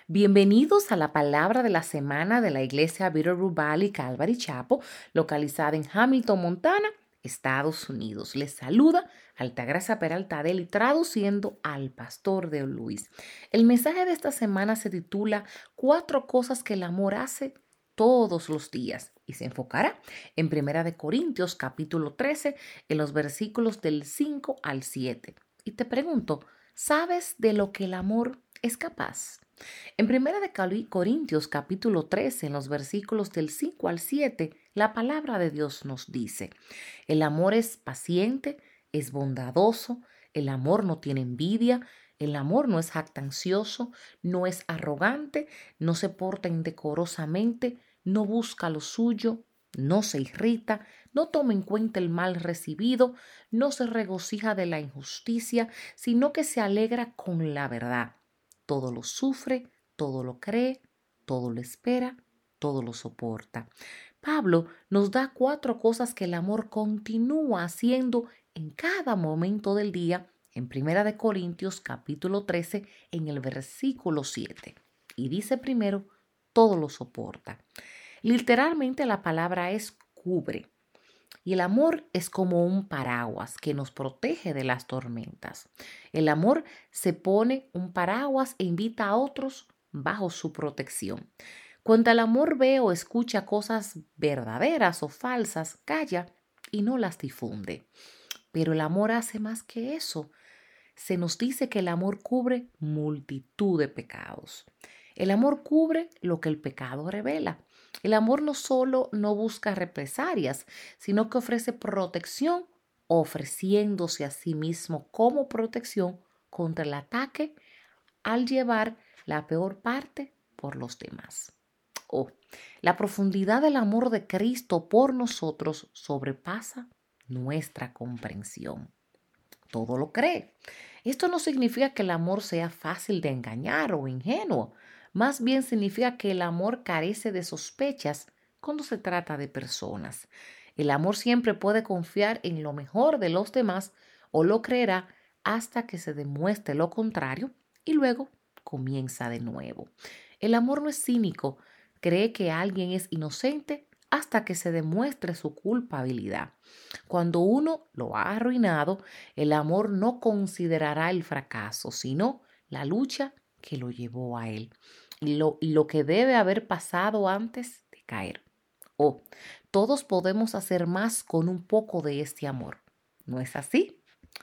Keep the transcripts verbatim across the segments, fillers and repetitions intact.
Bienvenidos a la palabra de la semana de la iglesia Bitterroot Valley Calvary Chapel, localizada en Hamilton, Montana, Estados Unidos. Les saluda Altagracia Peralta Deli, traduciendo al pastor de Luis. El mensaje de esta semana se titula Cuatro cosas que el amor hace todos los días y se enfocará en Primera de Corintios capítulo trece, en los versículos del cinco al siete. Y te pregunto, ¿sabes de lo que el amor es capaz? En Primera de Corintios capítulo trece, en los versículos del cinco al siete, la palabra de Dios nos dice: el amor es paciente, es bondadoso, el amor no tiene envidia, el amor no es jactancioso, no es arrogante, no se porta indecorosamente, no busca lo suyo, no se irrita, no toma en cuenta el mal recibido, no se regocija de la injusticia, sino que se alegra con la verdad. Todo lo sufre, todo lo cree, todo lo espera, todo lo soporta. Pablo nos da cuatro cosas que el amor continúa haciendo en cada momento del día en Primera de Corintios capítulo trece en el versículo siete. Y dice primero, todo lo soporta. Literalmente la palabra es cubre. Y el amor es como un paraguas que nos protege de las tormentas. El amor se pone un paraguas e invita a otros bajo su protección. Cuando el amor ve o escucha cosas verdaderas o falsas, calla y no las difunde. Pero el amor hace más que eso. Se nos dice que el amor cubre multitud de pecados. El amor cubre lo que el pecado revela. El amor no solo no busca represalias, sino que ofrece protección, ofreciéndose a sí mismo como protección contra el ataque al llevar la peor parte por los demás. Oh, la profundidad del amor de Cristo por nosotros sobrepasa nuestra comprensión. Todo lo cree. Esto no significa que el amor sea fácil de engañar o ingenuo. Más bien significa que el amor carece de sospechas cuando se trata de personas. El amor siempre puede confiar en lo mejor de los demás o lo creerá hasta que se demuestre lo contrario y luego comienza de nuevo. El amor no es cínico. Cree que alguien es inocente hasta que se demuestre su culpabilidad. Cuando uno lo ha arruinado, el amor no considerará el fracaso, sino la lucha que lo llevó a él y lo, y lo que debe haber pasado antes de caer. Oh, todos podemos hacer más con un poco de este amor. ¿No es así?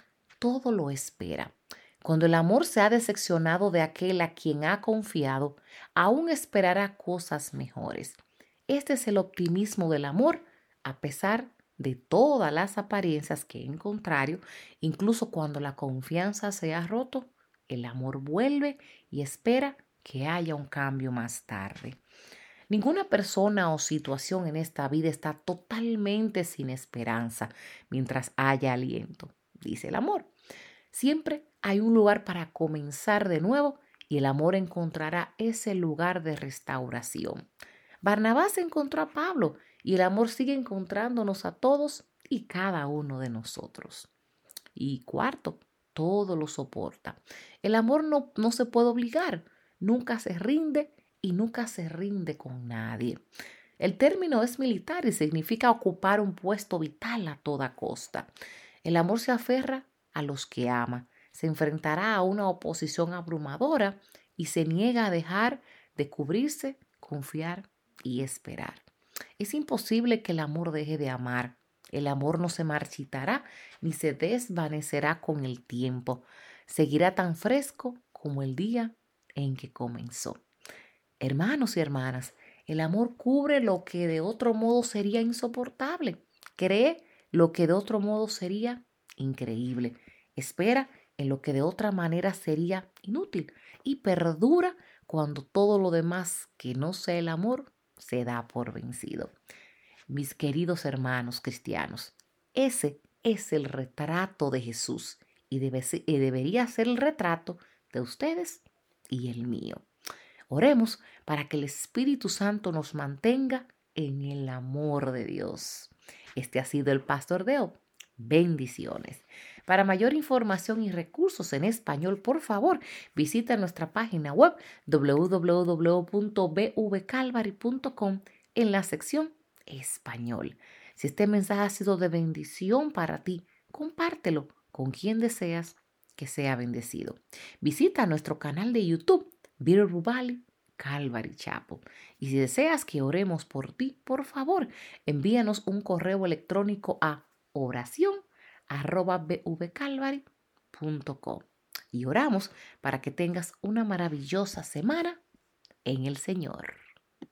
Todo lo espera. Cuando el amor se ha decepcionado de aquel a quien ha confiado, aún esperará cosas mejores. Este es el optimismo del amor, a pesar de todas las apariencias que, en contrario, incluso cuando la confianza se ha roto, el amor vuelve y espera que haya un cambio más tarde. Ninguna persona o situación en esta vida está totalmente sin esperanza mientras haya aliento, dice el amor. Siempre hay un lugar para comenzar de nuevo y el amor encontrará ese lugar de restauración. Barnabás encontró a Pablo y el amor sigue encontrándonos a todos y cada uno de nosotros. Y cuarto, todo lo soporta. El amor no, no se puede obligar, nunca se rinde y nunca se rinde con nadie. El término es militar y significa ocupar un puesto vital a toda costa. El amor se aferra a los que ama, se enfrentará a una oposición abrumadora y se niega a dejar de cubrirse, confiar y esperar. Es imposible que el amor deje de amar. El amor no se marchitará ni se desvanecerá con el tiempo. Seguirá tan fresco como el día en que comenzó. Hermanos y hermanas, el amor cubre lo que de otro modo sería insoportable. Cree lo que de otro modo sería increíble. Espera en lo que de otra manera sería inútil. Y perdura cuando todo lo demás que no sea el amor se da por vencido. Mis queridos hermanos cristianos, ese es el retrato de Jesús y, debe ser, y debería ser el retrato de ustedes y el mío. Oremos para que el Espíritu Santo nos mantenga en el amor de Dios. Este ha sido el Pastor Deo. Bendiciones. Para mayor información y recursos en español, por favor, visita nuestra página web w w w punto b v calvary punto com en la sección Español. Si este mensaje ha sido de bendición para ti, compártelo con quien deseas que sea bendecido. Visita nuestro canal de YouTube, Bitterroot Valley Calvary Chapel. Y si deseas que oremos por ti, por favor, envíanos un correo electrónico a oración arroba b v calvary punto com y oramos para que tengas una maravillosa semana en el Señor.